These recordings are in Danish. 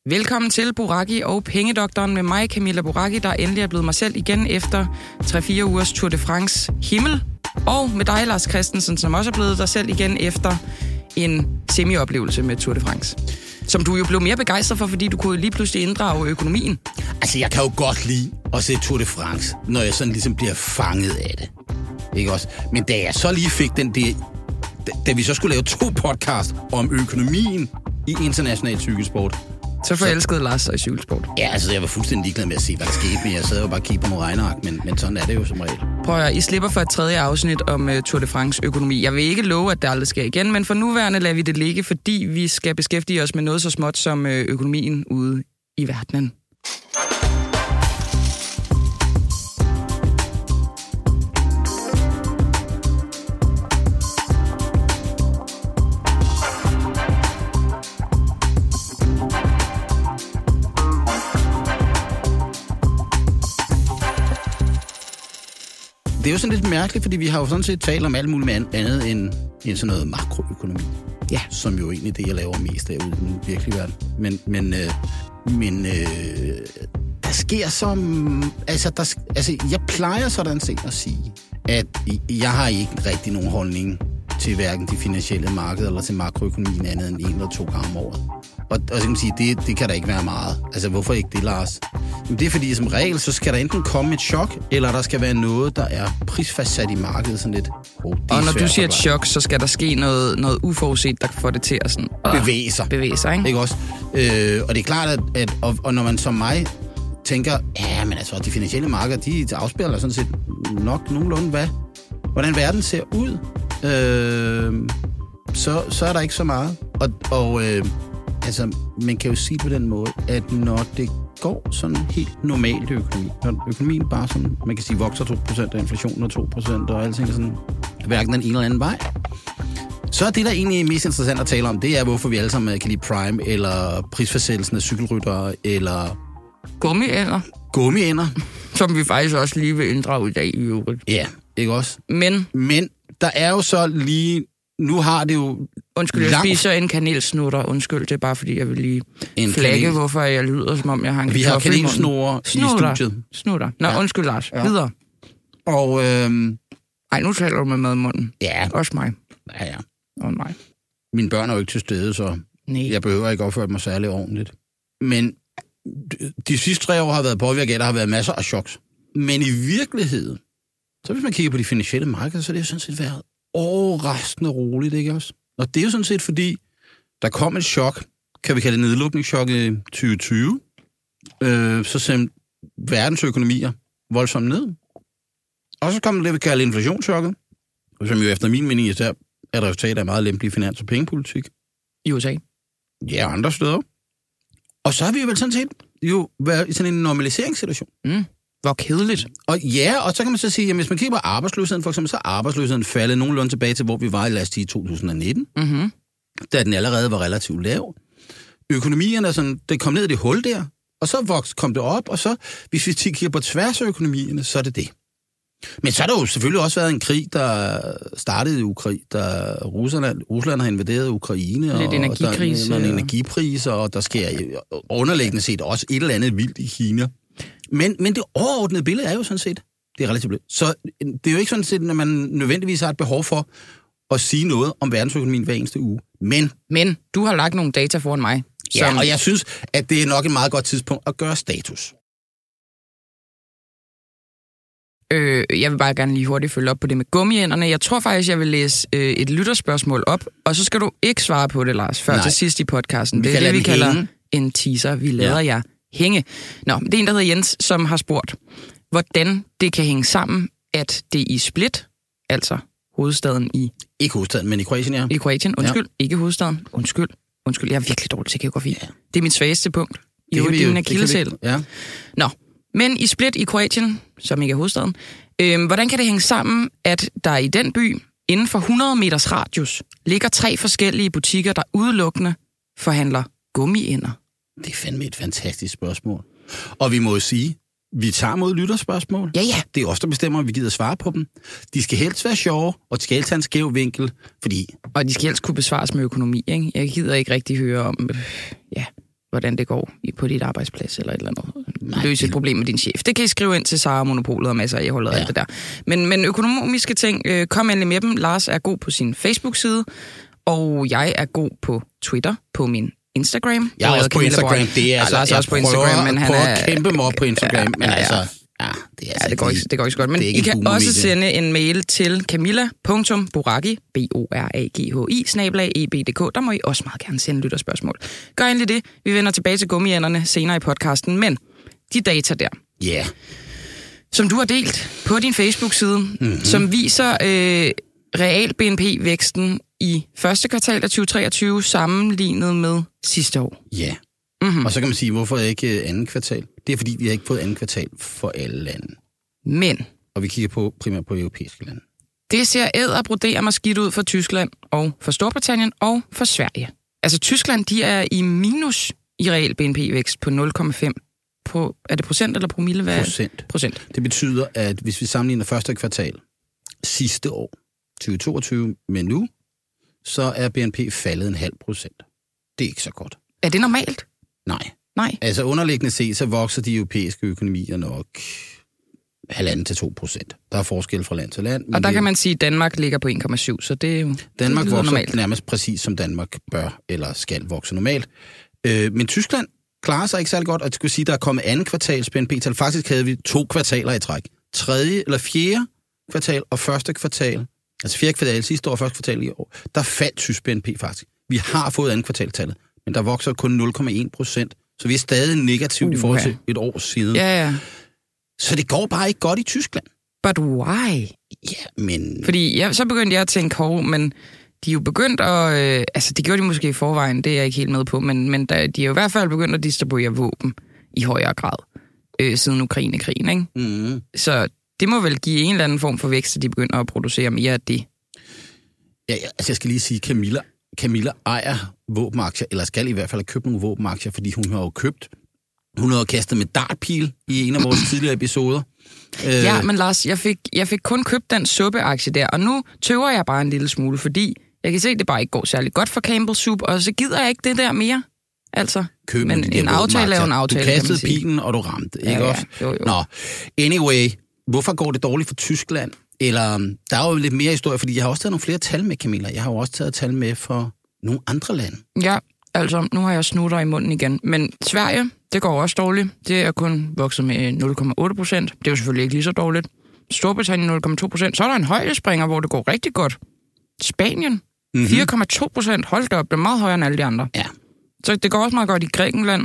Velkommen til Boraghi og Pengedoktoren med mig, Camilla Boraghi, der endelig er blevet mig selv igen efter 3-4 ugers Tour de France himmel. Og med dig, Lars Christensen, som også er blevet dig selv igen efter en semi-oplevelse med Tour de France. Som du jo blev mere begejstret for, fordi du kunne lige pludselig inddrage økonomien. Altså, jeg kan jo godt lide at se Tour de France, når jeg sådan ligesom bliver fanget af det. Ikke også? Men da jeg så lige fik den der... Da vi så skulle lave 2 podcast om økonomien i international cykelsport... Så forelskede Lars sig i cykelsport. Ja, altså, jeg var fuldstændig ligeglad med at se, hvad der skete, men jeg sad jo bare og kiggede på nogle regneark, men sådan er det jo som regel. Prøv at I slipper for et 3. afsnit om Tour de France økonomi. Jeg vil ikke love, at det aldrig sker igen, men for nuværende lader vi det ligge, fordi vi skal beskæftige os med noget så småt som økonomien ude i verdenen. Det er jo sådan lidt mærkeligt, fordi vi har jo sådan set talt om alt muligt andet end sådan noget makroøkonomi. Ja. Som jo egentlig det, jeg laver mest af ude i den virkelige verden. Men der sker som... Altså, jeg plejer sådan set at sige, at jeg har ikke rigtig nogen holdning til hverken de finansielle markeder eller til makroøkonomien andet end 1 eller 2 gange om året. Og så kan man sige, det kan der ikke være meget. Altså, hvorfor ikke det, Lars? Jamen, det er fordi, som regel, så skal der enten komme et chok, eller der skal være noget, der er prisfastsat i markedet sådan lidt. Og når du siger et chok, så skal der ske noget uforudset, der får det til at sådan... Bevæge sig, ikke? Ikke også? Og det er klart, at når man som mig tænker, ja, men altså, de finansielle markeder, de afspiller sådan set nok nogenlunde, hvordan verden ser ud, så er der ikke så meget. Altså, man kan jo sige på den måde, at når det går sådan helt normalt økonomi, når økonomien bare sådan, man kan sige, vokser 2%, og inflationen er 2%, og alting er sådan, hverken den ene eller anden vej, så er det, der egentlig er mest interessant at tale om, det er, hvorfor vi alle sammen kan lide Prime, eller prisfastsættelsen af cykelryttere, eller... Gummiænder. Som vi faktisk også lige vil inddrage i dag i øvrigt. Ja, ikke også? Men der er jo så lige... Nu har det jo... Undskyld, jeg spiser en kanelsnutter. Undskyld, det er bare fordi, jeg vil lige flagge, hvorfor jeg lyder, som om jeg har en Vi har kanelsnurrer i studiet. Snutter. Nå, ja. Undskyld, Lars. Ja. Videre. Og... Ej, nu taler du med madmunden. Ja. Også mig. Ja. Og mig. Mine børn er jo ikke til stede, så jeg behøver ikke opføre mig særlig ordentligt. Men de sidste 3 år har været påvirket, der har været masser af choks. Men i virkeligheden, så hvis man kigger på de finansielle markeder, så er det jo sådan set været overraskende roligt, ikke også? Og det er jo sådan set, fordi der kom et chok, kan vi kalde det nedlukningschok i 2020, så sendte verdensøkonomier voldsomt ned. Og så kom det, vi kalder inflationschokket, som jo efter min mening især er et resultat af meget lempelig finans- og pengepolitik. I USA? Ja, andre steder. Og så har vi jo vel sådan set jo været i sådan en normaliseringssituation. Hvor kedeligt. Og ja, og så kan man så sige, at hvis man kigger på arbejdsløsheden, for eksempel, så er arbejdsløsheden faldet nogenlunde tilbage til, hvor vi var i last i 2019, da den allerede var relativt lav. Økonomierne, sådan, det kom ned i det hul der, og så kom det op, og så, hvis vi kigger på tværs af økonomierne, så er det det. Men så har der jo selvfølgelig også været en krig, der startede i Ukraine, da Rusland har invaderet Ukraine, og energikrise, der er energipriser, og der sker underliggende set også et eller andet vildt i Kina. Men det overordnede billede er jo sådan set, det er relativt blødt. Så det er jo ikke sådan set, at man nødvendigvis har et behov for at sige noget om verdensøkonomien hver eneste uge. Men du har lagt nogle data foran mig. Ja, og jeg synes, at det er nok et meget godt tidspunkt at gøre status. Jeg vil bare gerne lige hurtigt følge op på det med gummiænderne. Jeg tror faktisk, jeg vil læse et lytterspørgsmål op, og så skal du ikke svare på det, Lars, før til sidst i podcasten. Det er det, vi kalder en teaser. Vi lader jer hænge. Nå, det er en, der hedder Jens, som har spurgt, hvordan det kan hænge sammen, at det i Split, altså hovedstaden i... Ikke hovedstaden, men i Kroatien, ja. I Kroatien, undskyld. Ja. Ikke hovedstaden. Undskyld. Jeg er virkelig dårlig til geografi. Ja. Det er mit svageste punkt. Jo, det er min akilleshæl. Ja. Nå, men i Split i Kroatien, som ikke er hovedstaden, hvordan kan det hænge sammen, at der i den by, inden for 100 meters radius, ligger 3 forskellige butikker, der udelukkende forhandler gummiænder? Det er fandme et fantastisk spørgsmål. Og vi må jo sige, vi tager mod lytterspørgsmål. Ja. Det er os, der bestemmer, om vi gider svare på dem. De skal helst være sjove, og de skal helst have en skæv vinkel, fordi... Og de skal helst kunne besvares med økonomi, ikke? Jeg gider ikke rigtig høre om... hvordan det går på dit arbejdsplads eller et eller andet. Løse et problem med din chef. Det kan I skrive ind til Sara Monopolet og masser af holdet alt det der. Men økonomiske ting, kom endelig med dem. Lars er god på sin Facebook-side, og jeg er god på Twitter, på min Instagram. Jeg er også på Instagram. Det er altså, Lars er også på Instagram, men han er... at kæmpe mig op på Instagram, men altså... Ja, det går ikke så godt. Men I kan også sende en mail til camilla.boraghi, boraghi@eb.dk. Der må I også meget gerne sende lytterspørgsmål. Gør endelig det. Vi vender tilbage til gummiænderne senere i podcasten, men de data der, som du har delt på din Facebook-side, som viser real BNP-væksten i første kvartal af 2023 sammenlignet med sidste år. Ja. Og så kan man sige, hvorfor ikke andet kvartal? Det er fordi, vi har ikke fået andet kvartal for alle lande. Men... Og vi kigger primært på europæiske lande. Det ser broderer mig skidt ud for Tyskland og for Storbritannien og for Sverige. Altså Tyskland, de er i minus i real BNP-vækst på 0,5. Er det procent eller promille? Procent. Det betyder, at hvis vi sammenligner første kvartal sidste år, 2022, med nu, så er BNP faldet 0,5%. Det er ikke så godt. Er det normalt? Nej. Altså underliggende set, så vokser de europæiske økonomier nok 1,5-2%. Der er forskel fra land til land. Og der kan man sige, at Danmark ligger på 1,7, så det er jo Danmark det vokser normalt. Nærmest præcis som Danmark bør eller skal vokse normalt. Men Tyskland klarer sig ikke særlig godt, og det skulle sige, at der er kommet andet kvartals BNP-tal. Faktisk havde vi 2 kvartaler i træk. 3. eller 4. kvartal og første kvartal, altså 4. kvartal sidste år og første kvartal i år, der faldt tysk BNP faktisk. Vi har fået andet kvartaltallet, men der vokser kun 0,1%. Så vi er stadig negativt i forhold til et år siden. Ja. Så det går bare ikke godt i Tyskland. But why? Ja, men... Fordi så begyndte jeg at tænke, men de er jo begyndt at... altså, det gjorde de måske i forvejen, det er jeg ikke helt med på, men de er jo i hvert fald begyndt at distribuere våben i højere grad siden Ukraine-krigen, ikke? Mm. Så det må vel give en eller anden form for vækst, at de begynder at producere mere af det. Ja, altså jeg skal lige sige, Camilla ejer våbenaktier, eller skal i hvert fald have købt nogle våbenaktier, fordi hun har jo kastet med dartpil i en af vores tidligere episoder. Ja, men Lars, jeg fik kun købt den suppeaktie der, og nu tøver jeg bare en lille smule, fordi jeg kan se, at det bare ikke går særlig godt for Campbell Soup, og så gider jeg ikke det der mere. Altså, men en aftale er jo en aftale, du kastede pilen, og du ramte, ikke også? Jo. Nå, anyway, hvorfor går det dårligt for Tyskland? Eller, der er jo lidt mere historie, fordi jeg har også taget nogle flere tal med, Camilla. Jeg har jo også taget tal med for nogle andre lande. Ja, altså, nu har jeg snutter i munden igen. Men Sverige, det går også dårligt. Det er kun vokset med 0,8%. Det er jo selvfølgelig ikke lige så dårligt. Storbritannien 0,2%. Så er der en højdespringer, hvor det går rigtig godt. Spanien 4,2%. Hold da op, det er meget højere end alle de andre. Ja. Så det går også meget godt i Grækenland.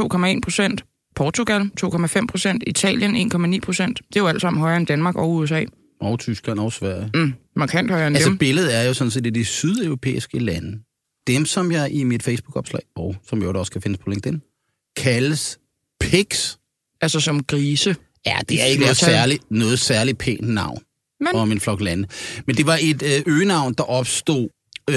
2,1%. Portugal 2,5%. Italien 1,9%. Det er jo alt sammen højere end Danmark og USA. Og Tyskland og Sverige. Markant højere end dem. Altså billedet er jo sådan set, at de sydeuropæiske lande, dem som jeg i mit Facebook-opslag, og som jeg også kan finde på LinkedIn, kaldes pigs. Altså som grise. Ja, det er ikke noget særligt pænt navn om en flok lande. Men det var et øgenavn, der opstod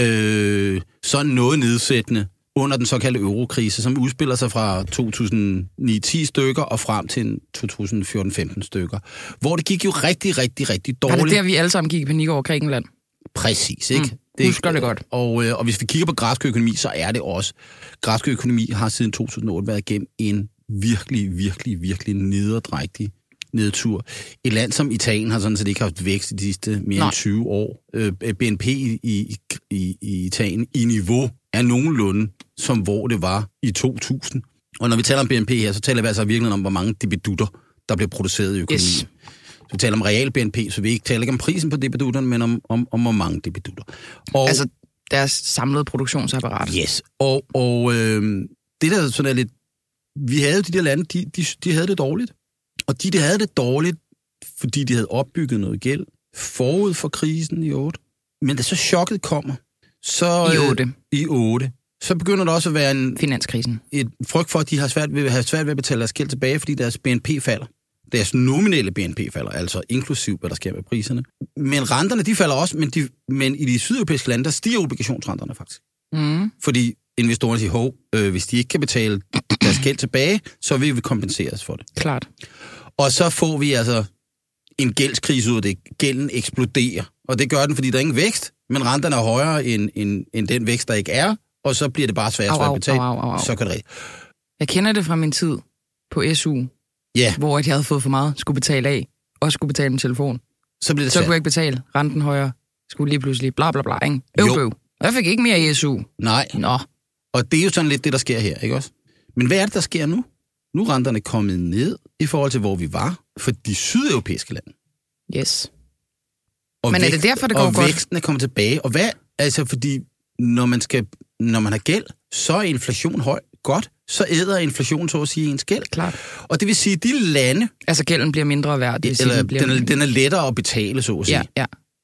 sådan noget nedsættende under den såkaldte eurokrise, som udspiller sig fra 2009-10 stykker og frem til 2014-15 stykker. Hvor det gik jo rigtig, rigtig, rigtig dårligt. Var det der, vi alle sammen gik i panik over Grækenland? Præcis, ikke? Husker det godt. Og hvis vi kigger på græsk økonomi, så er det også. Græsk økonomi har siden 2008 været igennem en virkelig, virkelig, virkelig nederdrægtig nedtur. Et land som Italien har sådan set ikke haft vækst i de sidste mere end 20 år. BNP i Italien i niveau er nogenlunde som hvor det var i 2000. Og når vi taler om BNP her, så taler vi altså virkelig om, hvor mange debedutter, der bliver produceret i økonomien. Yes. Så vi taler om real BNP, så vi taler ikke om prisen på debedutterne, men om hvor mange debedutter. Og altså deres samlede produktionsapparat. Yes. Og det der sådan er lidt... Vi havde de der lande, de havde det dårligt. Og de havde det dårligt, fordi de havde opbygget noget gæld forud for krisen i 8. Men da så chokket kommer, så... I 8. Så begynder der også at være en... Finanskrisen. Et frygt for, at de har svært ved at betale deres gæld tilbage, fordi deres BNP falder. Deres nominelle BNP falder, altså inklusiv, hvad der sker med priserne. Men renterne, de falder også, men i de sydeuropæiske lande, der stiger obligationsrenterne faktisk. Fordi investorerne siger, hvis de ikke kan betale deres gæld tilbage, så vil vi kompenseres for det. Klart. Og så får vi altså en gældskrise ud af det. Gælden eksploderer. Og det gør den, fordi der er ingen vækst, men renterne er højere end den vækst, der ikke er, og så bliver det bare svært at betale. Så kan det Jeg kender det fra min tid på SU, hvor jeg havde fået for meget, skulle betale af, og skulle betale med telefon. Så blev det så kunne jeg ikke betale. Renten højere, skulle lige pludselig bla bla bla, ikke? Øv. Jeg fik ikke mere i SU. Nej. Nå. Og det er jo sådan lidt det, der sker her, ikke også? Men hvad er det, der sker nu? Nu er renterne kommet ned i forhold til, hvor vi var, for de sydeuropæiske lande. Yes. Og men er det derfor, det går godt? Og væksten er kommet tilbage. Og hvad? Altså, fordi når man har gæld, så er inflation høj. Godt, så æder inflation, så at sige, ens gæld. Klart. Og det vil sige, de lande... Altså, gælden bliver mindre værd. Den er lettere at betale, så at sige. Ja.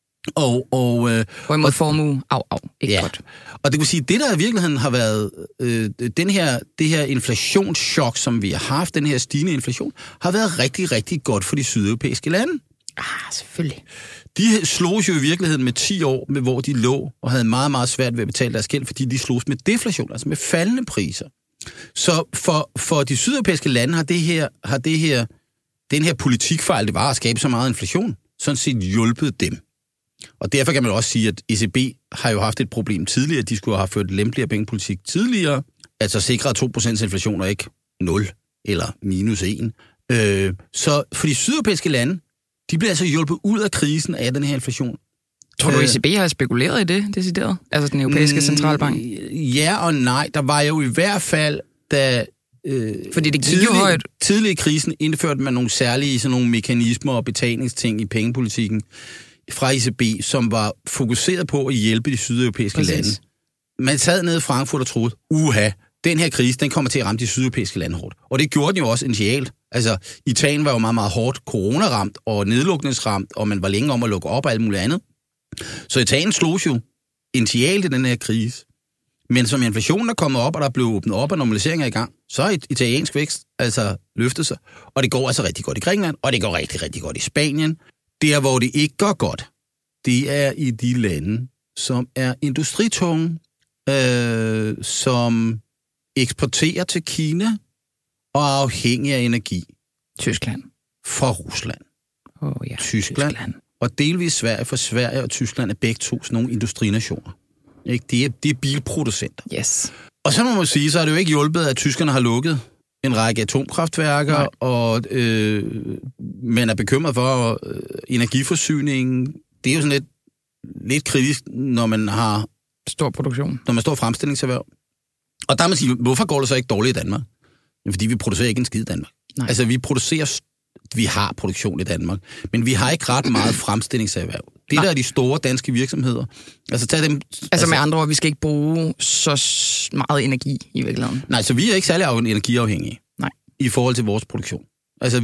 Hvorimod formue, ikke godt. Og det vil sige, det der i virkeligheden har været det her inflationschok, som vi har haft, den her stigende inflation, har været rigtig, rigtig godt for de sydeuropæiske lande. Selvfølgelig. De slogs jo i virkeligheden med 10 år, hvor de lå og havde meget, meget svært ved at betale deres gæld, fordi de slogs med deflation, altså med faldende priser. Så for de sydeuropæiske lande har den her politikfejl, det var at skabe så meget inflation, sådan set hjulpet dem. Og derfor kan man også sige, at ECB har jo haft et problem tidligere. De skulle have ført lempeligere pengepolitik tidligere. Altså sikre 2% inflation og ikke 0 eller -1. Så for de sydeuropæiske lande, de bliver altså hjulpet ud af krisen af den her inflation. Tror du, ECB har spekuleret i det, decideret? Altså den europæiske centralbank? Ja og nej. Der var jo i hvert fald, da fordi det gik jo højt. Tidligere i krisen indførte man nogle særlige sådan nogle mekanismer og betalingsting i pengepolitikken fra ECB, som var fokuseret på at hjælpe de sydeuropæiske lande. Man sad nede i Frankfurt og troede, den her krise, den kommer til at ramme de sydeuropæiske lande hårdt. Og det gjorde den jo også initialt. Altså, Italien var jo meget, meget hårdt coronaramt og nedlukningsramt, og man var længe om at lukke op og alt muligt andet. Så Italien slogs jo initialt i den her krise. Men som inflationen er kommet op, og der blev åbnet op, og normaliseringen er i gang, så er italiensk vækst altså løftet sig. Og det går altså rigtig godt i Grækenland, og det går rigtig, rigtig godt i Spanien. Der, hvor det ikke går godt, det er i de lande, som er industritunge, som eksporterer til Kina og er afhængige af energi. Tyskland. For Rusland. Tyskland. Og delvis Sverige, for Sverige og Tyskland er begge to sådan nogle industrinationer. Ikke? Det er bilproducenter. Yes. Og så må man sige, så er det jo ikke hjulpet, at tyskerne har lukket en række atomkraftværker, og man er bekymret for energiforsyningen. Det er jo sådan lidt kritisk, når man har stor produktion. Når man står fremstillingserhverv. Og der må man sige, hvorfor går det så ikke dårligt i Danmark? Fordi vi producerer ikke en skid i Danmark. Nej. Altså vi har produktion i Danmark, men vi har ikke ret meget fremstillingserhverv. Det der er de store danske virksomheder. Altså tag dem. Altså med andre ord, vi skal ikke bruge så meget energi i virkeligheden. Nej, så vi er ikke særlig energiafhængige. Nej. I forhold til vores produktion. Altså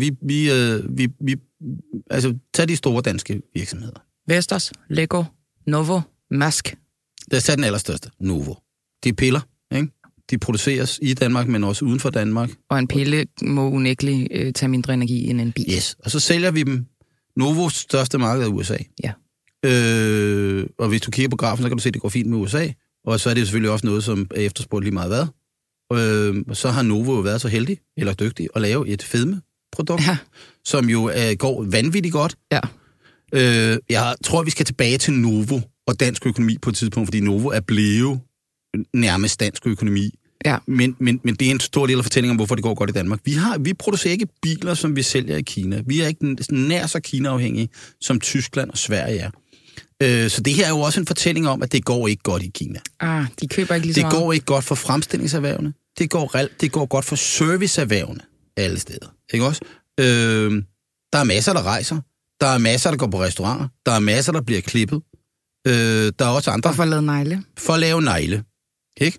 altså tag de store danske virksomheder. Vestas, Lego, Novo, Maersk. Det er den allerstørste, Novo. Det er piller, ikke? De produceres i Danmark, men også uden for Danmark. Og en pille må unægteligt tage mindre energi end en bil. Yes, og så sælger vi dem. Novos største marked er USA. Ja. Og hvis du kigger på grafen, så kan du se, at det går fint med USA. Og så er det jo selvfølgelig også noget, som er efterspurgt lige meget hvad. Og så har Novo jo været så heldig, eller dygtig, at lave et fedmeprodukt, som jo går vanvittigt godt. Ja. Jeg tror, vi skal tilbage til Novo og dansk økonomi på et tidspunkt, fordi Novo er blevet nærmest dansk økonomi. Ja. Men det er en stor del af fortællingen om, hvorfor det går godt i Danmark. Vi producerer ikke biler, som vi sælger i Kina. Vi er ikke nær så Kina-afhængige, som Tyskland og Sverige er. Så det her er jo også en fortælling om, at det går ikke godt i Kina. De køber ikke lige så meget. Det går ikke godt for fremstillingserhvervene. Det går godt for serviceerhvervene alle steder. Ikke også? Der er masser, der rejser. Der er masser, der går på restauranter. Der er masser, der bliver klippet. Der er også andre. Og for at lave negle. For at lave negle. Ikke?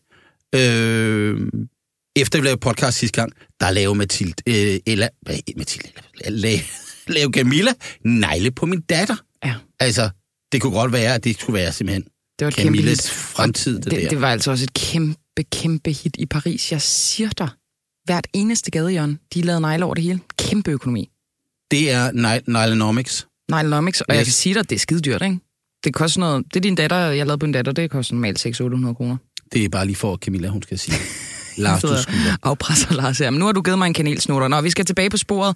Efter vi lavede podcast sidste gang, der lavede lavede Camilla negle på min datter. Ja. Altså, det kunne godt være, at det skulle være simpelthen Camillas fremtid. Det var altså også et kæmpe hit i Paris. Jeg siger dig, hvert eneste gadehjørne, de lavede negle over det hele. Kæmpe økonomi. Det er Niglenomics. Niglenomics, og jeg kan sige dig, det er skide dyrt, ikke? Det koster noget. Det er din datter, jeg lavede på en datter, det koster normalt 600-800 kroner. Det er bare lige for, Camilla, hun skal sige. Lars, du skylder. Afpresser Lars her. Men nu har du givet mig en kanelsnutter. Nå, vi skal tilbage på sporet.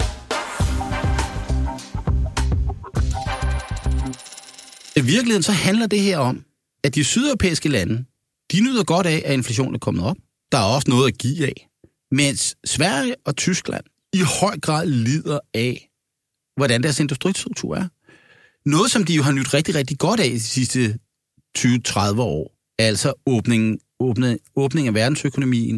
I virkeligheden så handler det her om, at de sydeuropæiske lande, de nyder godt af, at inflationen er kommet op. Der er også noget at give af. Mens Sverige og Tyskland i høj grad lider af, hvordan deres industristruktur er. Noget, som de jo har nyt rigtig, rigtig godt af de sidste 20-30 år. Altså åbning af verdensøkonomien,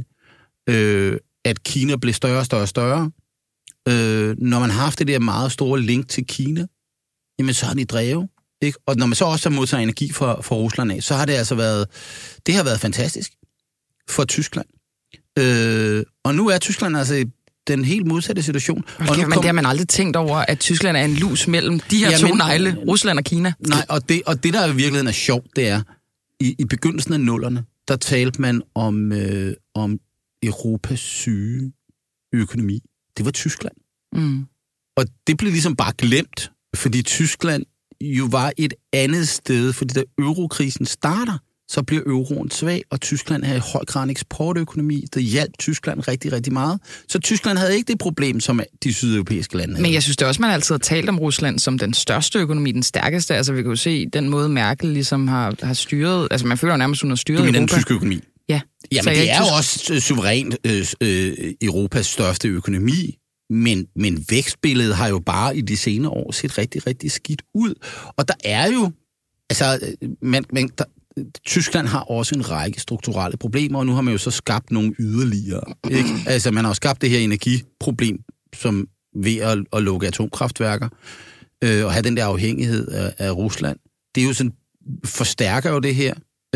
at Kina blev større og større og større. Når man har haft det der meget store link til Kina, jamen så har de drevet. Ikke? Og når man så også har modtaget energi fra Rusland af, så har det altså været fantastisk for Tyskland. Og nu er Tyskland altså i den helt modsatte situation. Men det har man aldrig tænkt over, at Tyskland er en lus mellem de her to negle, Rusland og Kina. Nej, og det der i virkeligheden er sjovt, det er, i begyndelsen af nullerne, der talte man om Europas syge økonomi. Det var Tyskland. Mm. Og det blev ligesom bare glemt, fordi Tyskland jo var et andet sted, fordi da eurokrisen starter, så bliver euroen svag, og Tyskland havde i høj grad en eksportøkonomi, der hjalp Tyskland rigtig, rigtig meget. Så Tyskland havde ikke det problem, som de sydeuropæiske lande havde. Men jeg synes det også, man altid har talt om Rusland som den største økonomi, den stærkeste. Altså vi kan jo se, den måde Merkel ligesom har styret, altså man føler jo nærmest, hun har styret Europa. Du mener den tyske økonomi? Ja. Jamen det er jo også suverænt Europas største økonomi, men vækstbilledet har jo bare i de senere år set rigtig, rigtig skidt ud. Og der er jo, altså, Tyskland har også en række strukturelle problemer, og nu har man jo så skabt nogle yderligere. Ikke? Altså, man har jo skabt det her energiproblem, som ved at lukke atomkraftværker, og have den der afhængighed af Rusland. Det er jo sådan, forstærker jo det her.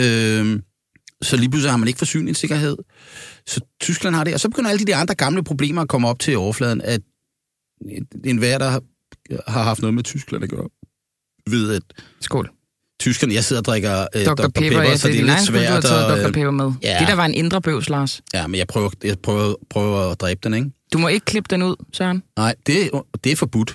Så lige pludselig har man ikke forsyningssikkerhed. Så Tyskland har det, og så begynder alle de der andre gamle problemer at komme op til overfladen, at enhver, der har haft noget med Tyskland at gøre, ved at... Skål. Tyskerne, jeg sidder og drikker Dr. Pepper, ja, så det er lidt svært at... Dr. Pepper med. Ja. Det der var en indre bøvs, Lars. Ja, men jeg prøver at dræbe den, ikke? Du må ikke klippe den ud, Søren. Nej, det er forbudt.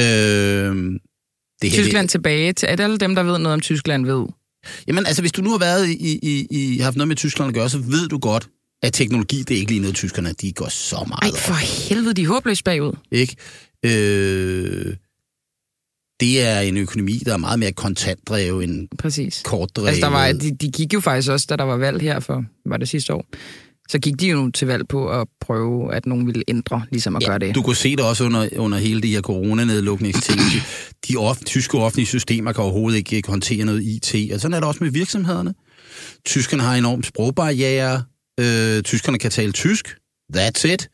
Tyskland tilbage til... Er det alle dem, der ved noget om Tyskland, ved? Jamen, altså, hvis du nu har været haft noget med Tyskland at gøre, så ved du godt, at teknologi, det er ikke lige noget, tyskerne, de går så meget over. Ej, for helvede, de er håbløst bagud. Ikke? Det er en økonomi, der er meget mere kontantdrevet end kortdrevet. Altså, de gik jo faktisk også, da der var valg her for, var det sidste år, så gik de jo til valg på at prøve, at nogen ville ændre, ligesom at gøre det. Du kunne se det også under hele de her coronanedlukningsting. De tyske offentlige systemer kan overhovedet ikke håndtere noget IT, og sådan er det også med virksomhederne. Tyskerne har enormt sprogbarriere. Tyskerne kan tale tysk. That's it.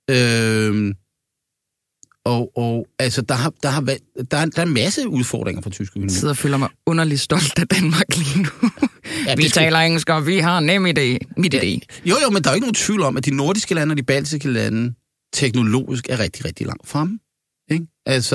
Og altså, der er en masse udfordringer for tysk økonomi. Jeg sidder og føler mig underligt stolt af Danmark lige nu. Ja, vi taler engelsk, og vi har NemID. Jo, men der er ikke nogen tvivl om, at de nordiske lande og de baltiske lande teknologisk er rigtig, rigtig langt fremme. Ikke? Altså,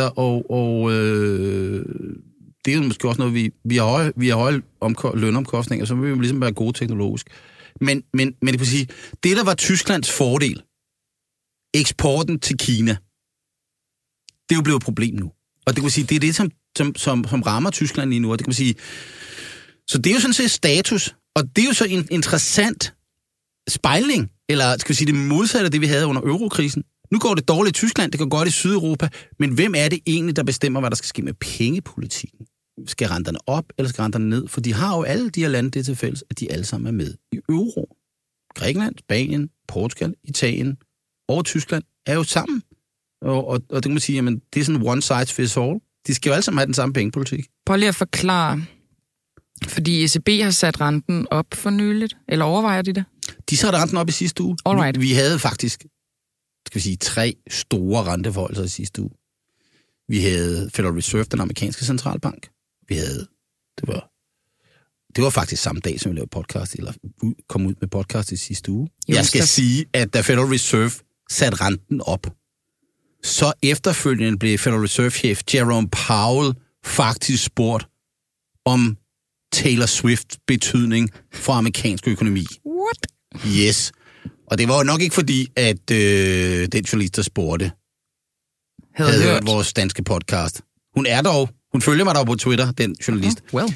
det er jo måske også noget, vi har høje lønomkostninger, så vil vi jo ligesom være gode teknologisk. Men det vil sige, det der var Tysklands fordel, eksporten til Kina, det er jo blevet et problem nu. Og det kan man sige, det er det, som rammer Tyskland lige nu. Og det kan man sige, så det er jo sådan set status, og det er jo så en interessant spejling, eller skal vi sige det modsatte af det, vi havde under eurokrisen. Nu går det dårligt i Tyskland, det går godt i Sydeuropa, men hvem er det egentlig, der bestemmer, hvad der skal ske med pengepolitikken? Skal renterne op, eller skal renterne ned? For de har jo alle de her lande det til fælles, at de alle sammen er med i euro. Grækenland, Spanien, Portugal, Italien og Tyskland er jo sammen. Og det kan man sige, jamen, det er sådan one size fits all. De skal jo alle sammen have den samme pengepolitik. Prøv lige at forklare, fordi ECB har sat renten op for nyligt, eller overvejer de det? De satte renten op i sidste uge. Alright. Vi havde faktisk, 3 store renteforholdelser i sidste uge. Vi havde Federal Reserve, den amerikanske centralbank. Vi havde, det var faktisk samme dag, som vi lavede podcast, eller kom ud med podcast i sidste uge. Jeg skal sige, at da Federal Reserve satte renten op, så efterfølgende blev Federal Reserve-chef Jerome Powell faktisk spurgt om Taylor Swifts betydning for amerikansk økonomi. What? Yes. Og det var jo nok ikke fordi, at den journalist, der spurgte, havde hørt vores danske podcast. Hun følger mig dog på Twitter, den journalist. Well.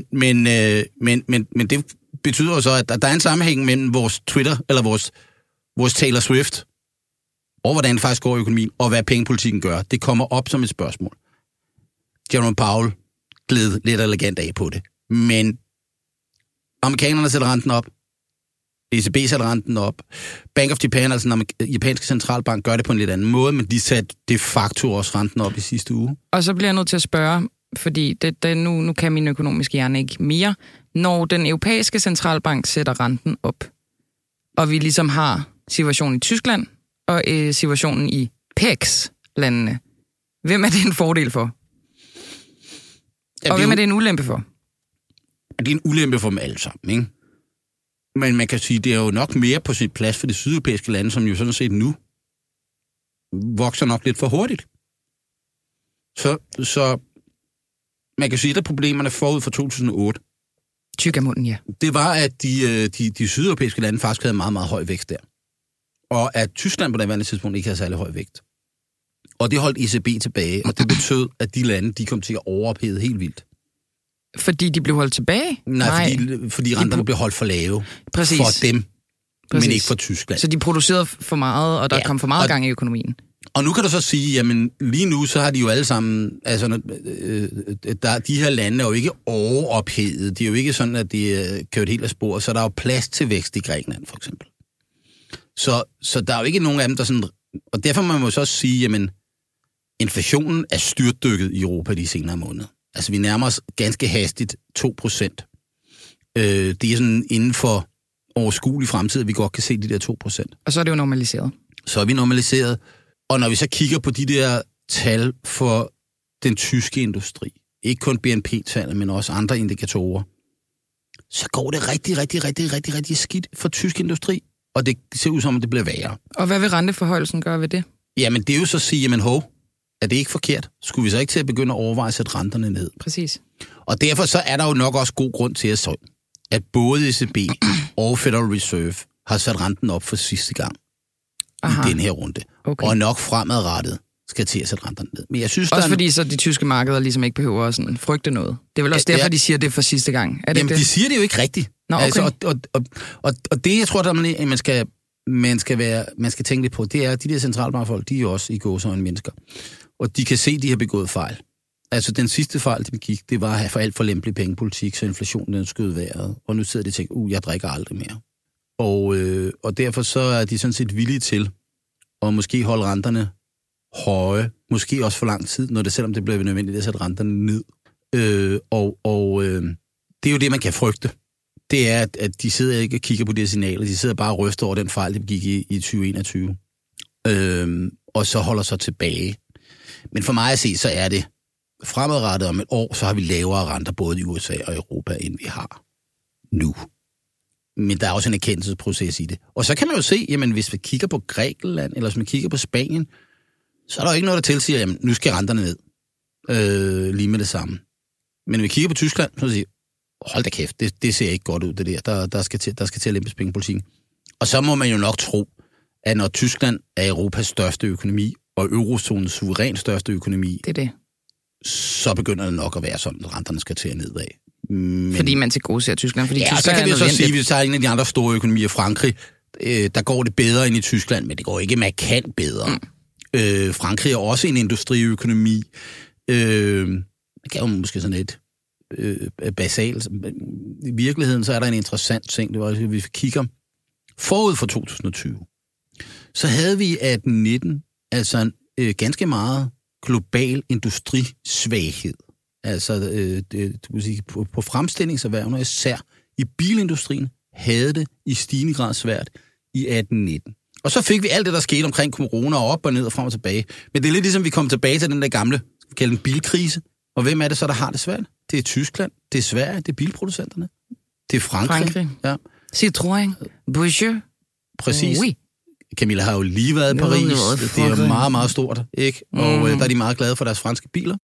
Men det betyder jo så, at der er en sammenhæng mellem vores Twitter, eller vores Taylor Swift, og hvordan det faktisk går i økonomien, og hvad pengepolitikken gør. Det kommer op som et spørgsmål. Jerome Powell gled lidt elegant af på det. Men amerikanerne sætter renten op. ECB satte renten op. Bank of Japan, altså den japanske centralbank, gør det på en lidt anden måde, men de satte de facto også renten op i sidste uge. Og så bliver jeg nødt til at spørge, fordi nu kan min økonomiske hjerne ikke mere. Når den europæiske centralbank sætter renten op, og vi ligesom har situationen i Tyskland og situationen i PEX-landene, hvem er det en fordel for? Og hvem er det en ulempe for? Det er en ulempe for dem alle sammen, ikke? Men man kan sige, det er jo nok mere på sin plads for de sydeuropæiske lande, som jo sådan set nu vokser nok lidt for hurtigt. Så man kan sige, at problemerne forud for 2008, tyk af munden, ja. Det var, at de sydeuropæiske lande faktisk havde meget, meget høj vækst der. Og at Tyskland på det tidspunkt ikke havde særlig høj vækst. Og det holdt ECB tilbage, og det betød, at de lande, de kom til at overophede helt vildt. Fordi de blev holdt tilbage? Nej. Fordi renterne blev holdt for lave. Præcis. For dem, men ikke for Tyskland. Så de producerede for meget, og der kom for meget gang i økonomien. Og nu kan du så sige, jamen lige nu, så har de jo alle sammen, altså de her lande er jo ikke overophedet. De er jo ikke sådan, at de er kørt helt af sporet, så der er jo plads til vækst i Grækenland, for eksempel. Så der er jo ikke nogen af dem, der sådan, og derfor må man jo så også sige, jamen inflationen er styrtdykket i Europa de senere måneder. Altså vi nærmer os ganske hastigt 2%. Det er sådan inden for overskuelig fremtid, at vi godt kan se de der 2%. Og så er det jo normaliseret. Så er vi normaliseret. Og når vi så kigger på de der tal for den tyske industri, ikke kun BNP-tallet, men også andre indikatorer, så går det rigtig skidt for tysk industri. Og det ser ud som, at det bliver værre. Og hvad vil renteforholdelsen gøre ved det? Jamen det er jo så at sige, jamen er det ikke forkert? Skulle vi så ikke til at begynde at overveje at sætte renterne ned? Præcis. Og derfor så er der jo nok også god grund til at både ECB og Federal Reserve har sat renten op for sidste gang i den her runde. Okay. Og nok fremadrettet skal til at sætte renterne ned. Men jeg synes, også fordi så de tyske markeder ligesom ikke behøver at sådan frygte noget. Det er vel også derfor, de siger det for sidste gang. Er det jamen, det? De siger det jo ikke rigtigt. Nå, okay. Altså, og det, jeg tror, at man skal tænke lidt på, det er, at de der centralbankfolk, de er jo også i gåseøjne mennesker. Og de kan se, at de har begået fejl. Altså, den sidste fejl, de begik, det var at have for alt for lempelig pengepolitik, så inflationen den skød vejret. Og nu sidder de og tænker, jeg drikker aldrig mere. Og derfor så er de sådan set villige til at måske holde renterne høje, måske også for lang tid, når det, selvom det bliver nødvendigt at sætte renterne ned. Det er jo det, man kan frygte. Det er, at de sidder ikke og kigger på de signaler, de sidder bare og ryster over den fejl, de begik i 2021. Og så holder sig tilbage. Men for mig at se, så er det fremadrettet om et år, så har vi lavere renter både i USA og Europa, end vi har nu. Men der er også en erkendelsesproces i det. Og så kan man jo se, jamen hvis vi kigger på Grækenland, eller hvis man kigger på Spanien, så er der jo ikke noget, der tilsiger, jamen nu skal renterne ned. Lige med det samme. Men når vi kigger på Tyskland, så siger hold da kæft, det ser ikke godt ud, det der. Der skal til at lempes pengepolitikken. Og så må man jo nok tro, at når Tyskland er Europas største økonomi, og eurozonens suverænt største økonomi, det. Så begynder det nok at være sådan, at renterne skal til at nedad. Fordi man til gode ser Tyskland. Fordi ja, Tyskland så kan vi så sige, at vi tager en af de andre store økonomier, Frankrig, der går det bedre end i Tyskland, men det går ikke markant bedre. Frankrig er også en industriøkonomi. Det kan jo måske sådan et basalt. I virkeligheden så er der en interessant ting, det var, at vi kigger forud for 2020. Så havde vi 18-19, altså ganske meget global industrisvaghed. Altså på fremstillingserhvervene, især i bilindustrien, havde det i stigende grad svært i 18-19. Og så fik vi alt det, der skete omkring corona, og op og ned og frem og tilbage. Men det er lidt ligesom, vi kom tilbage til den der gamle, skal vi kalde den bilkrise. Og hvem er det så, der har det svært? Det er Tyskland, det er Sverige, det er bilproducenterne. Det er Frankrig. Ja. Citroën, Peugeot. Præcis. Oui. Camilla har jo lige været i Paris. Det er jo meget, meget stort, ikke? Og der er de meget glade for deres franske biler.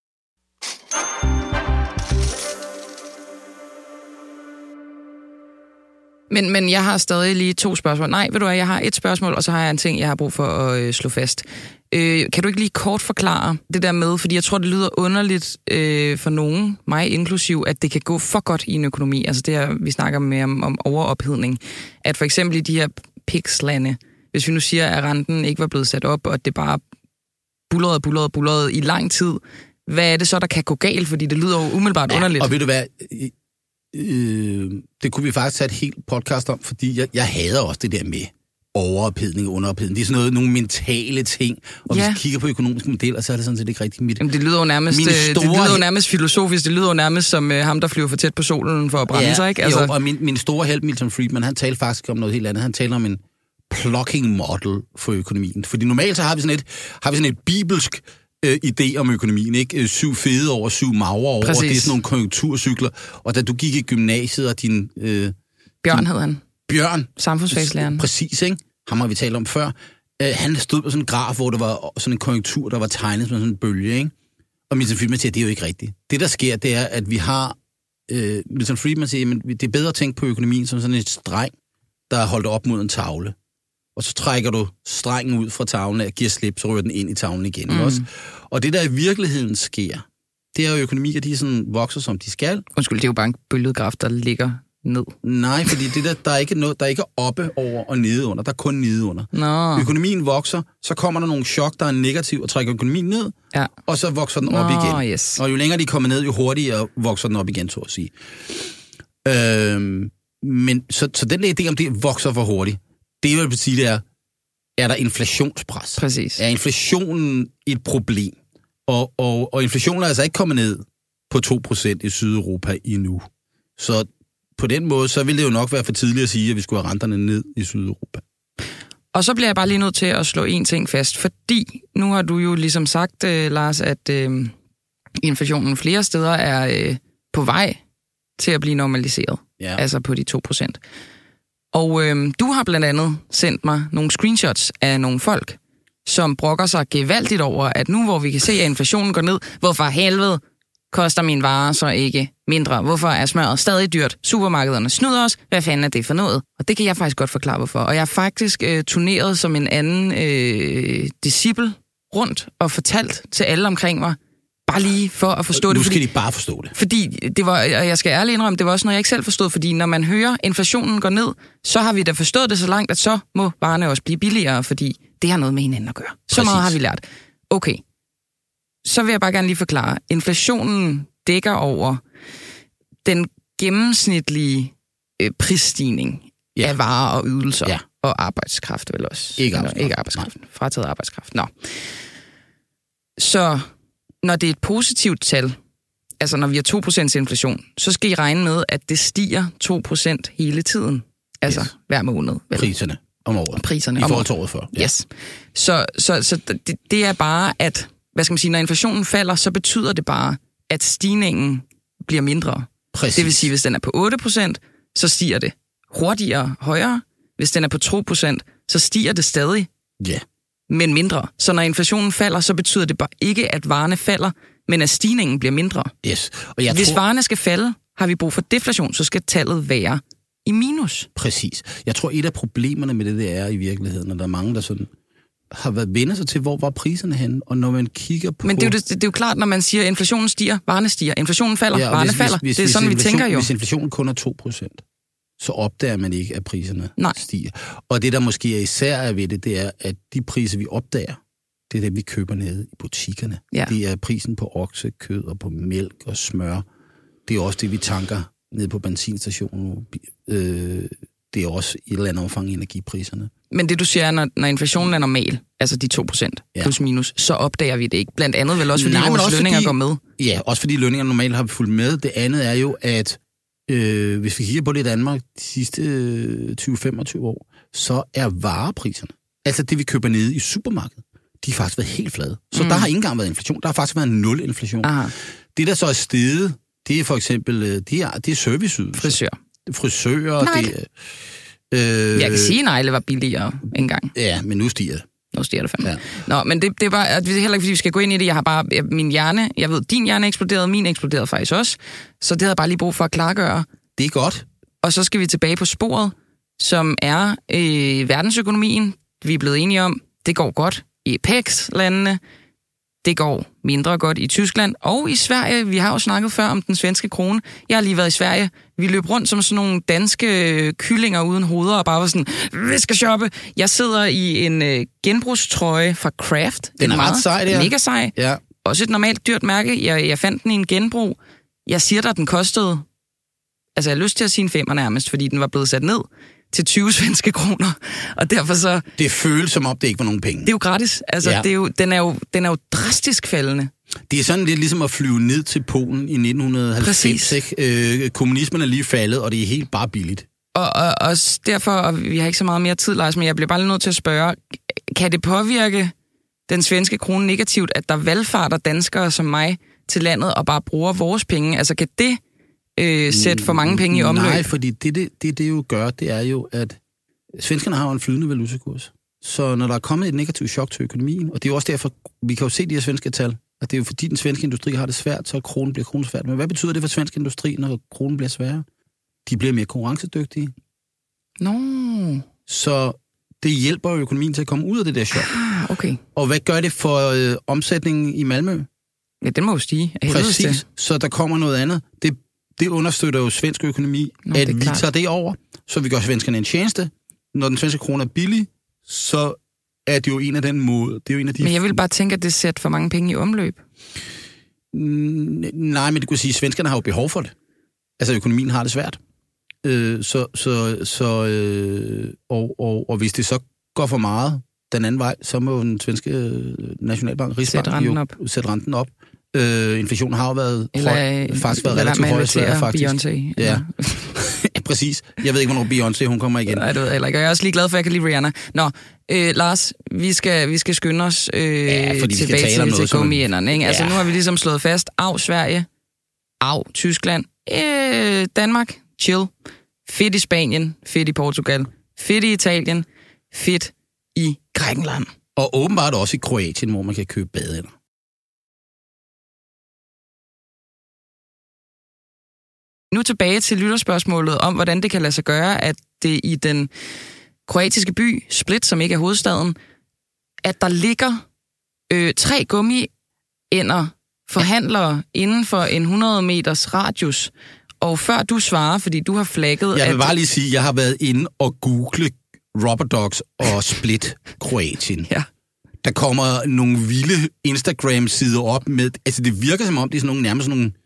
Men jeg har stadig lige 2 spørgsmål. Nej, ved du hvad, jeg har 1 spørgsmål, og så har jeg en ting, jeg har brug for at slå fast. Kan du ikke lige kort forklare det der med, fordi jeg tror, det lyder underligt for nogen, mig inklusiv, at det kan gå for godt i en økonomi. Altså det her, vi snakker mere om overophedning. At for eksempel i de her PEX-lande, hvis vi nu siger, at renten ikke var blevet sat op, og det bare bullerede i lang tid, hvad er det så, der kan gå galt? Fordi det lyder jo umiddelbart underligt. Og ved du hvad, Det kunne vi faktisk tage et helt podcast om, fordi jeg hader også det der med overophedning og underophedning. Det er sådan nogle mentale ting, og hvis vi kigger på økonomiske modeller, så er det sådan set ikke rigtig mit. Jamen, det lyder jo nærmest filosofisk, det lyder jo nærmest som ham, der flyver for tæt på solen for at brænde sig, ikke? Altså... Jo, og min store held, Milton Friedman, han talte faktisk om noget helt andet. Han taler om en plucking model for økonomien. Fordi normalt så har vi sådan et bibelsk idé om økonomien, ikke? 7 fede over, 7 magre over, og det er sådan nogle konjunkturcykler. Og da du gik i gymnasiet, og din... Bjørn hed han. Bjørn. Samfundsfagslæreren. Præcis, ikke? Ham har vi talt om før. Han stod på sådan en graf, hvor der var sådan en konjunktur, der var tegnet som sådan en bølge, ikke? Og Milton Friedman siger, at det er jo ikke rigtigt. Det, der sker, det er, at vi har... Milton Friedman siger, at det er bedre at tænke på økonomien som sådan et streng, der er holdt op mod en tavle. Og så trækker du strengen ud fra tavlen og giver slip, så rører den ind i tavlen igen. Også. Og det, der i virkeligheden sker, det er jo økonomi, at de sådan vokser, som de skal. Undskyld, det er jo bare en bølgegraf, der ligger ned. Nej, fordi der er ikke noget, der er ikke oppe over og nede under. Der er kun nede under. Nå. Økonomien vokser, så kommer der nogle chok, der er negativ og trækker økonomien ned, og så vokser den op igen. Yes. Og jo længere de kommer ned, jo hurtigere vokser den op igen, så at sige. Men så den der idé om det vokser for hurtigt, det vil sige, det er der inflationspres. Præcis. Er inflationen et problem? Og inflationen er altså ikke kommet ned på 2% i Sydeuropa endnu. Så på den måde, så ville det jo nok være for tidligt at sige, at vi skulle have renterne ned i Sydeuropa. Og så bliver jeg bare lige nødt til at slå en ting fast, fordi nu har du jo ligesom sagt, Lars, at inflationen flere steder er på vej til at blive normaliseret. Ja. Altså på de 2%. Og du har blandt andet sendt mig nogle screenshots af nogle folk, som brokker sig gevaldigt over, at nu hvor vi kan se, at inflationen går ned, hvorfor helvede koster mine varer så ikke mindre? Hvorfor er smøret stadig dyrt? Supermarkederne snyder os. Hvad fanden er det for noget? Og det kan jeg faktisk godt forklare, hvorfor. Og jeg har faktisk turneret som en anden disciple rundt og fortalt til alle omkring mig, bare lige for at forstå det. Nu skal de bare forstå det. Fordi det var, og jeg skal ærligt indrømme, det var også noget, jeg ikke selv forstod, fordi når man hører, inflationen går ned, så har vi da forstået det så langt, at så må varerne også blive billigere, fordi det har noget med hinanden at gøre. Så Præcis. Meget har vi lært. Okay, så vil jeg bare gerne lige forklare. Inflationen dækker over den gennemsnitlige prisstigning af varer og ydelser og arbejdskraft vel også. Ikke arbejdskraft. Frataget arbejdskraft. Nå. Så når det er et positivt tal, altså når vi har 2% inflation, så skal I regne med, at det stiger 2% hele tiden. Altså hver måned. Vel? Priserne om året. Priserne i forhold til året før. Ja. Yes. Så det er bare, at hvad skal man sige, når inflationen falder, så betyder det bare, at stigningen bliver mindre. Præcis. Det vil sige, hvis den er på 8%, så stiger det hurtigere højere. Hvis den er på 2%, så stiger det stadig. Ja. Men mindre. Så når inflationen falder, så betyder det bare ikke, at varerne falder, men at stigningen bliver mindre. Yes. Og hvis varerne skal falde, har vi brug for deflation, så skal tallet være i minus. Præcis. Jeg tror, et af problemerne med det er i virkeligheden, og der er mange, der sådan har været vendt sig til, hvor var priserne henne, og når man kigger på... Men det er jo klart, når man siger, at inflationen stiger, varerne stiger. Inflationen falder, varerne falder. Det er sådan, vi tænker jo. Hvis inflationen kun er 2%, så opdager man ikke, at priserne stiger. Og det, der måske er især ved det, det er, at de priser, vi opdager, det er det, vi køber nede i butikkerne. Ja. Det er prisen på okse, kød og på mælk og smør. Det er også det, vi tanker nede på benzinstationen. Det er også i et eller andet omfang energipriserne. Men det, du siger, er, når inflationen er normal, altså de 2% plus minus, så opdager vi det ikke. Blandt andet vel også, fordi vores lønninger går med. Ja, også fordi lønningerne normalt har vi fulgt med. Det andet er jo, at hvis vi kigger på det i Danmark de sidste 20-25 år, så er varepriserne, altså det, vi køber nede i supermarkedet, de har faktisk været helt flade. Så der har ikke engang været inflation. Der har faktisk været 0 inflation. Aha. Det, der så er steget, det er for eksempel, det er serviceydelser. Frisører. Det jeg kan sige, at negle var billigere engang. Ja, men nu stiger det. Nu stiger det fandme. Ja. Nå, men det var heller ikke, fordi vi skal gå ind i det. Jeg har bare min hjerne, jeg ved, din hjerne eksploderede, min eksploderede faktisk også. Så det havde jeg bare lige brug for at klargøre. Det er godt. Og så skal vi tilbage på sporet, som er verdensøkonomien. Vi er blevet enige om, det går godt i PEX-landene. Det går mindre godt i Tyskland og i Sverige. Vi har jo snakket før om den svenske krone. Jeg har lige været i Sverige. Vi løb rundt som sådan nogle danske kyllinger uden hoveder og bare var sådan, vi skal shoppe. Jeg sidder i en genbrugstrøje fra Kraft. Den er ret sej, det er. Mega sej. Ja. Også et normalt dyrt mærke. Jeg fandt den i en genbrug. Jeg siger dig, den kostede Altså, jeg har lyst til at sige en 5'er nærmest, fordi den var blevet sat ned til 20 svenske kroner, og derfor så... Det føles som om, det ikke var nogen penge. Det er jo gratis. Altså, ja. Den er jo drastisk faldende. Det er sådan lidt ligesom at flyve ned til Polen i 1990. Kommunismen er lige faldet, og det er helt bare billigt. Og også derfor, og vi har ikke så meget mere tid, Lars, men jeg bliver bare lige nødt til at spørge, kan det påvirke den svenske krone negativt, at der valgfarter danskere som mig til landet og bare bruger vores penge? Altså, kan det sætte for mange penge i omløb? Nej, fordi det jo gør, det er jo, at svenskerne har jo en flydende valutakurs. Så når der er kommet et negativt chok til økonomien, og det er jo også derfor, vi kan jo se de her svenske tal, at det er jo fordi, den svenske industri har det svært, så kronen bliver kronesvært. Men hvad betyder det for svensk industri, når kronen bliver sværere? De bliver mere konkurrencedygtige. Så det hjælper økonomien til at komme ud af det der chok. Okay. Og hvad gør det for omsætningen i Malmø? Ja, den må jo stige. Præcis. Så der kommer noget andet. Det understøtter jo svensk økonomi, at vi tager det over, så vi gør svenskerne en tjeneste. Når den svenske krone er billig, så er det jo en af den måde. Det er jo en af de... Men jeg vil bare tænke, at det sætter for mange penge i omløb. Nej, men det kunne sige, at svenskerne har jo behov for det. Altså, økonomien har det svært. Og hvis det så går for meget den anden vej, så må den svenske nationalbank sætte renten op. Inflationen har jo været faktisk været relativt høj i Sverige, faktisk. Beyoncé. Ja. Præcis. Jeg ved ikke, hvornår Beyoncé hun kommer igen. Nej, det ved jeg heller ikke. Jeg er også lige glad for, at jeg kan lide Rihanna. Nå, Lars, vi skal skynde os tilbage til gummiænderne. Ikke? Altså, nu har vi ligesom slået fast, Sverige, Tyskland, Danmark, chill, fedt i Spanien, fedt i Portugal, fedt i Italien, fedt i Grækenland. Og åbenbart også i Kroatien, hvor man kan købe badeender. Nu tilbage til lytterspørgsmålet om, hvordan det kan lade sig gøre, at det i den kroatiske by Split, som ikke er hovedstaden, at der ligger 3 gummiænder forhandlere inden for en 100 meters radius. Og før du svarer, fordi du har flagget... Jeg vil bare lige sige, at jeg har været inde og google Rubber Dogs og Split Kroatien. Ja. Der kommer nogle vilde Instagram-sider op med... Altså, det virker som om, det er sådan nogle, nærmest sådan nogle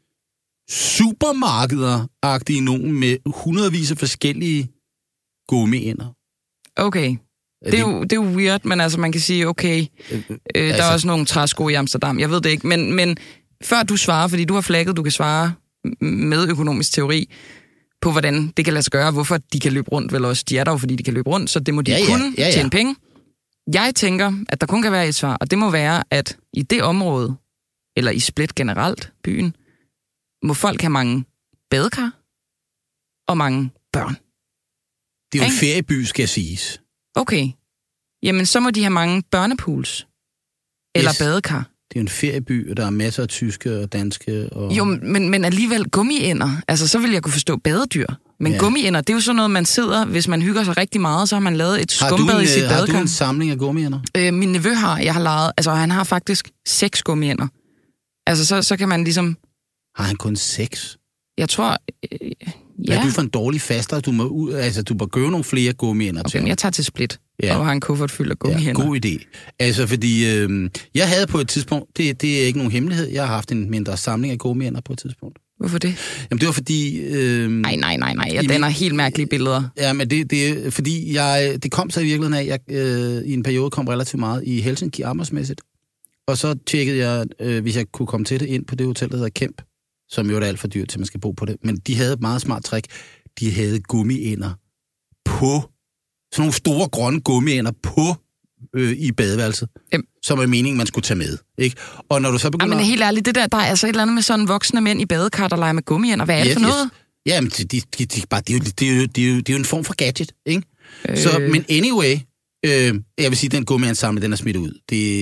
supermarkeder-agtige nogen med hundredvis af forskellige gummiænder. Okay. Det er jo weird, men altså man kan sige, okay, der er også nogle træsko i Amsterdam. Jeg ved det ikke, men før du svarer, fordi du har flagget, du kan svare med økonomisk teori på, hvordan det kan lade sig gøre, hvorfor de kan løbe rundt, vel også. De er der jo, fordi de kan løbe rundt, så det må de kunne tjene penge. Jeg tænker, at der kun kan være et svar, og det må være, at i det område, eller i Split generelt, byen, må folk have mange badekar og mange børn. Det er jo en ferieby, skal siges. Okay. Jamen, så må de have mange børnepools. Eller badekar. Det er jo en ferieby, og der er masser af tyske og danske. Og... Jo, men alligevel gummiænder. Altså, så vil jeg kunne forstå badedyr. Men gummiænder, det er jo sådan noget, man sidder, hvis man hygger sig rigtig meget, så har man lavet et skumbad i sit badekar. Har du en samling af gummiænder? Min nevø har, jeg har lejet, altså han har faktisk 6 gummiænder. Altså, så kan man ligesom... Har han kun 6? Jeg tror... Ja. Er du for en dårlig faster? Du må købe nogle flere gummiænder til. Okay, jeg tager til Split og har en kuffert fyldt af gummiænder. Ja, god idé. Altså, fordi jeg havde på et tidspunkt, det er ikke nogen hemmelighed, jeg har haft en mindre samling af gummiænder på et tidspunkt. Hvorfor det? Jamen, det var fordi... Nej. Jeg danner helt mærkelige billeder. Ja, men det er fordi, det kom så i virkeligheden af, at jeg i en periode kom relativt meget i Helsinki arbejdsmæssigt. Og så tjekkede jeg, hvis jeg kunne komme til det, ind på det hotel, der hedder Kemp, som jo er alt for dyrt til, man skal bo på det. Men de havde et meget smart trick. De havde gummiænder på, sådan nogle store grønne gummiænder på i badeværelset, som er meningen, man skulle tage med. Ikke? Og når du så begynder... Men helt ærligt, der er altså et eller andet med sådan voksne mænd i badekar, der leger med gummiænder. Hvad er det for noget? Jamen, det er jo en form for gadget, ikke? Så, men anyway, jeg vil sige, den gummiændssamling, den er smidt ud.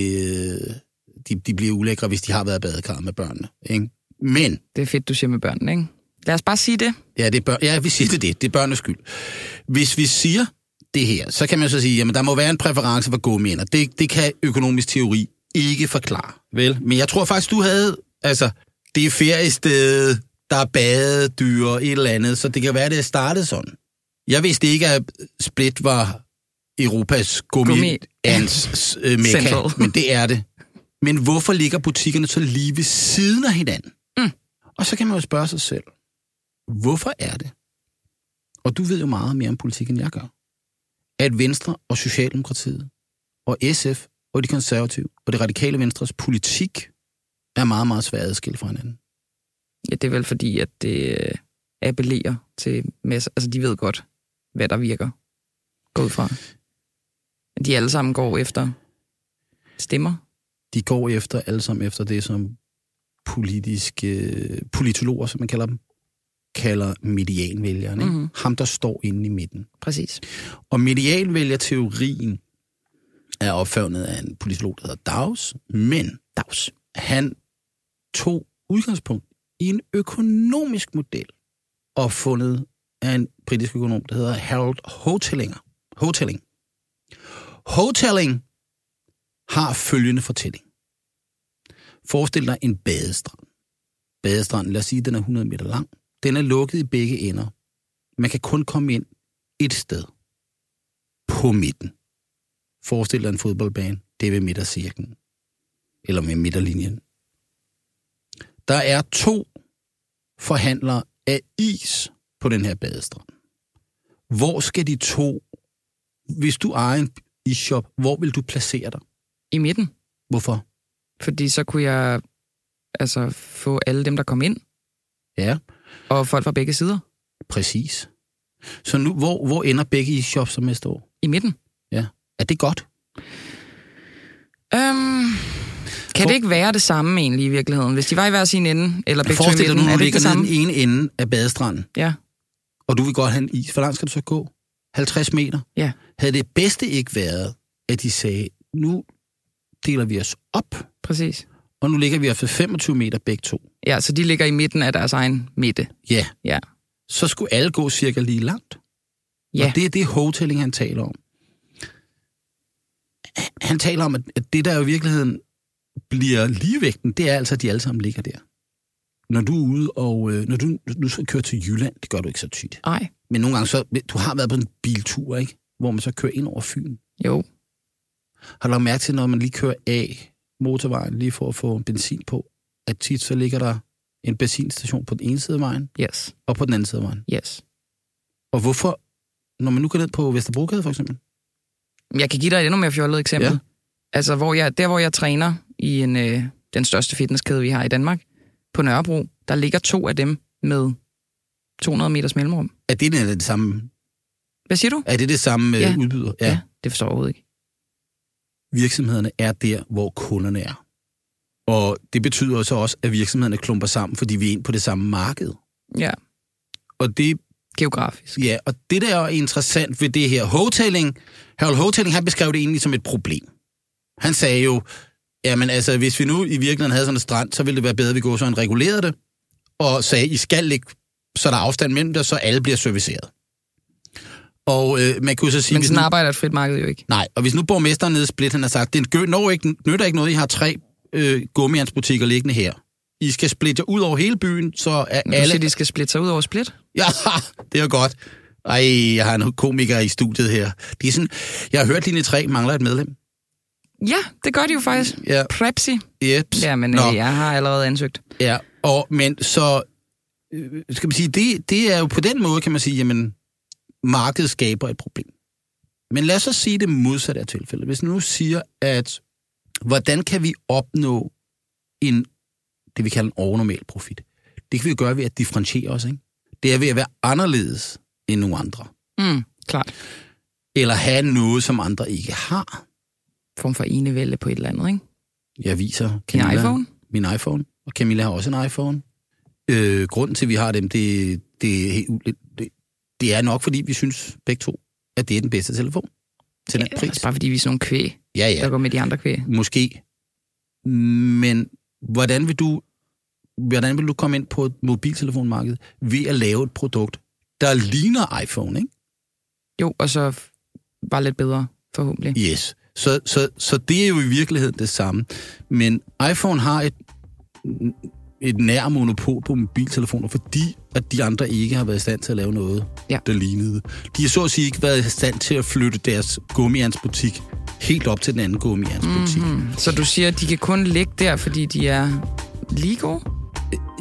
De bliver ulækre, hvis de har været i badekar med børnene, ikke? Men... Det er fedt, du siger med børnene, ikke? Lad os bare sige det. Ja, vi siger det. Det er børnenes skyld. Hvis vi siger det her, så kan man så sige, jamen der må være en præference for gummiænder. Det kan økonomisk teori ikke forklare, vel? Men jeg tror faktisk, du havde... Altså, det er feriestedet, der er badedyr og et eller andet, så det kan være, det startede sådan. Jeg vidste ikke, at Split var Europas gummiænds mekka, men det er det. Men hvorfor ligger butikkerne så lige ved siden af hinanden? Og så kan man jo spørge sig selv, hvorfor er det, og du ved jo meget mere om politik, end jeg gør, at Venstre og Socialdemokratiet og SF og de konservative og det radikale Venstres politik er meget, meget svært adskilt fra hinanden. Ja, det er vel fordi, at det appellerer til masser. Altså, de ved godt, hvad der virker. Gå ud fra. De alle sammen går efter stemmer. De går alle sammen efter det, som politologer, som man kalder dem, kalder medianvælgerne. Mm-hmm. Ham, der står inde i midten. Præcis. Og medianvælgerteorien er opfundet af en politolog, der hedder Dawes, men han tog udgangspunkt i en økonomisk model, opfundet af en britisk økonom, der hedder Harold Hotelling. Hotelling har følgende fortælling. Forestil dig en badestrand. Badestranden, lad os sige, den er 100 meter lang. Den er lukket i begge ender. Man kan kun komme ind et sted. På midten. Forestil dig en fodboldbane. Det er ved midtercirklen. Eller med midterlinjen. Der er 2 forhandlere af is på den her badestrand. Hvor skal de 2, hvis du ejer en isshop, hvor vil du placere dig? I midten. Hvorfor? Fordi så kunne jeg få alle dem, der kom ind. Ja. Og folk fra begge sider. Præcis. Så nu, hvor ender begge ishops som næste år? I midten. Ja. Er det godt? Kan det ikke være det samme egentlig i virkeligheden? Hvis de var i hver sin ende, eller begge to i midten, er det ikke det samme? Forestil dig, nu ligger den ene ende af badestranden. Ja. Og du vil godt have en is. Hvor langt skal du så gå? 50 meter? Ja. Havde det bedste ikke været, at de sagde, nu deler vi os op. Præcis. Og nu ligger vi altså 25 meter begge 2. Ja, så de ligger i midten af deres egen midte. Ja. Så skulle alle gå cirka lige langt. Ja. Og det er det Hotelling, han taler om. Han taler om, at det der jo i virkeligheden bliver ligevægten, det er altså, at de alle sammen ligger der. Når du er ude, og når du skal køre til Jylland, det gør du ikke så tit. Nej. Men nogle gange så, du har været på en biltur, ikke? Hvor man så kører ind over Fyn. Jo. Har du lagt mærke til, når man lige kører af motorvejen, lige for at få benzin på, at tit så ligger der en benzinstation på den ene side af vejen, yes, og på den anden side af vejen? Yes. Og hvorfor, når man nu går ned på Vesterbrogade for eksempel? Jeg kan give dig et endnu mere fjollet eksempel. Ja. Altså, hvor jeg træner i den største fitnesskæde, vi har i Danmark, på Nørrebro, der ligger 2 af dem med 200 meters mellemrum. Er det samme? Hvad siger du? Er det samme udbyder? Ja, det forstår jeg overhovedet ikke. Virksomhederne er der, hvor kunderne er. Og det betyder så også, at virksomhederne klumper sammen, fordi vi er ind på det samme marked. Ja. Og det... Geografisk. Ja, og det der er interessant ved det her Harold Hotelling, han beskrev det egentlig som et problem. Han sagde jo, jamen altså, hvis vi nu i virkeligheden havde sådan en strand, så ville det være bedre, at vi går så en regulerede det, og sagde, I skal ligge, så der er afstand mellem det, så alle bliver serviceret. Og man kunne så sige... Men sådan arbejder et frit marked jo ikke. Nej, og hvis nu borgmesteren nede i Split, han har sagt, det nytter ikke noget, I har 3 gummiansbutikker liggende her. I skal splitte jer ud over hele byen, så er alle... Du siger, de skal splitte sig ud over Split? Ja, det er godt. Ej, jeg har en komiker i studiet her. Det er sådan, jeg har hørt, Linje 3 mangler et medlem. Ja, det gør de jo faktisk. Ja. Prepsi. Jeps. Ja, men jeg har allerede ansøgt. Ja, men så... skal man sige, det er jo på den måde, kan man sige, jamen, markedet skaber et problem. Men lad os så sige det modsatte af tilfældet. Hvis nu siger, at hvordan kan vi opnå det vi kalder en overnormal profit? Det kan vi jo gøre ved at differentiere os, ikke? Det er ved at være anderledes end nogle andre. Klart. Eller have noget, som andre ikke har. Form for enevælde på et eller andet, ikke? Jeg viser Camilla, min iPhone. Og Camilla har også en iPhone. Grunden til, at vi har dem, det er nok, fordi vi synes begge to, at det er den bedste telefon. Til den pris. Altså bare fordi vi er sådan nogle kvæg, der går med de andre kvæg. Måske. Men hvordan vil du komme ind på et mobiltelefonmarked ved at lave et produkt, der ligner iPhone, ikke? Jo, og så bare lidt bedre, forhåbentlig. Yes. Så det er jo i virkeligheden det samme. Men iPhone har et nær monopol på mobiltelefoner, fordi at de andre ikke har været i stand til at lave noget, der lignede. De har så at sige ikke været i stand til at flytte deres gummiansbutik helt op til den anden gummiansbutik. Så du siger, at de kan kun ligge der, fordi de er lige gode?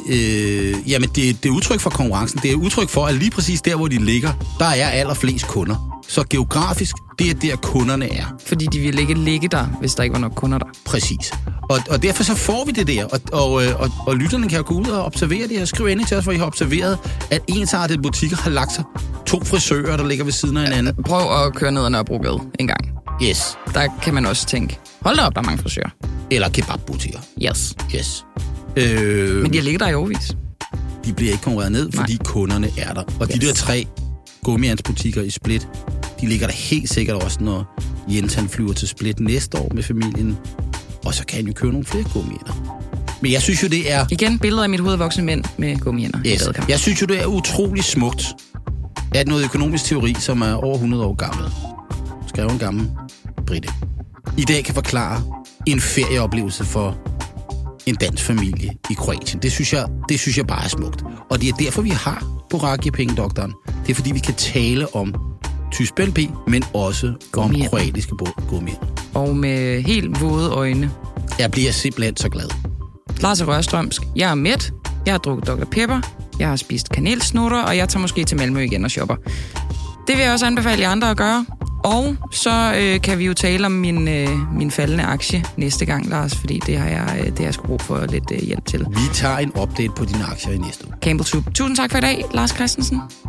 Jamen, det er udtryk for konkurrencen. Det er udtryk for, at lige præcis der, hvor de ligger, der er allerflest kunder. Så geografisk, det er der, kunderne er. Fordi de ville ikke ligge der, hvis der ikke var nok kunder der. Præcis. Og derfor så får vi det der. Og lytterne kan jo gå ud og observere det her. Skriv endelig til os, hvor I har observeret, at ensartede butikker har lagt sig 2 frisører, der ligger ved siden af hinanden. Prøv at køre ned ad Nørrebrogade en gang. Yes. Der kan man også tænke, hold da op, der er mange frisører. Eller kebabbutikker. Yes. Men de ligger der i årevis. De bliver ikke konkurreret ned, fordi kunderne er der. Og de der 3 gummihandsbutikker i Split, de ligger der helt sikkert også, når Jens han flyver til Split næste år med familien. Og så kan han jo købe nogle flere gummihander. Men jeg synes jo, det er... Igen, billeder af mit hoved voksne mænd med gummihander. Yes. Jeg synes jo, det er utrolig smukt, at noget økonomisk teori, som er over 100 år gammel, skrev en gammel brite, i dag kan forklare en ferieoplevelse for en dansk familie i Kroatien. Det synes jeg bare er smukt. Og det er derfor, vi har Boracchia Pengedoktoren. Det er fordi, vi kan tale om tysk BNP, men også om kroatiske gummihander. Og med helt våde øjne. Jeg bliver simpelthen så glad. Lars Rørstrømsk. Jeg er mæt. Jeg har drukket Dr. Pepper. Jeg har spist kanelsnutter, og jeg tager måske til Malmø igen og shopper. Det vil jeg også anbefale jer andre at gøre. Og så kan vi jo tale om min faldende aktie næste gang, Lars, fordi det har jeg sgu brug for lidt hjælp til. Vi tager en update på dine aktier i næste uge. Campbell Soup. Tusind tak for i dag, Lars Christensen.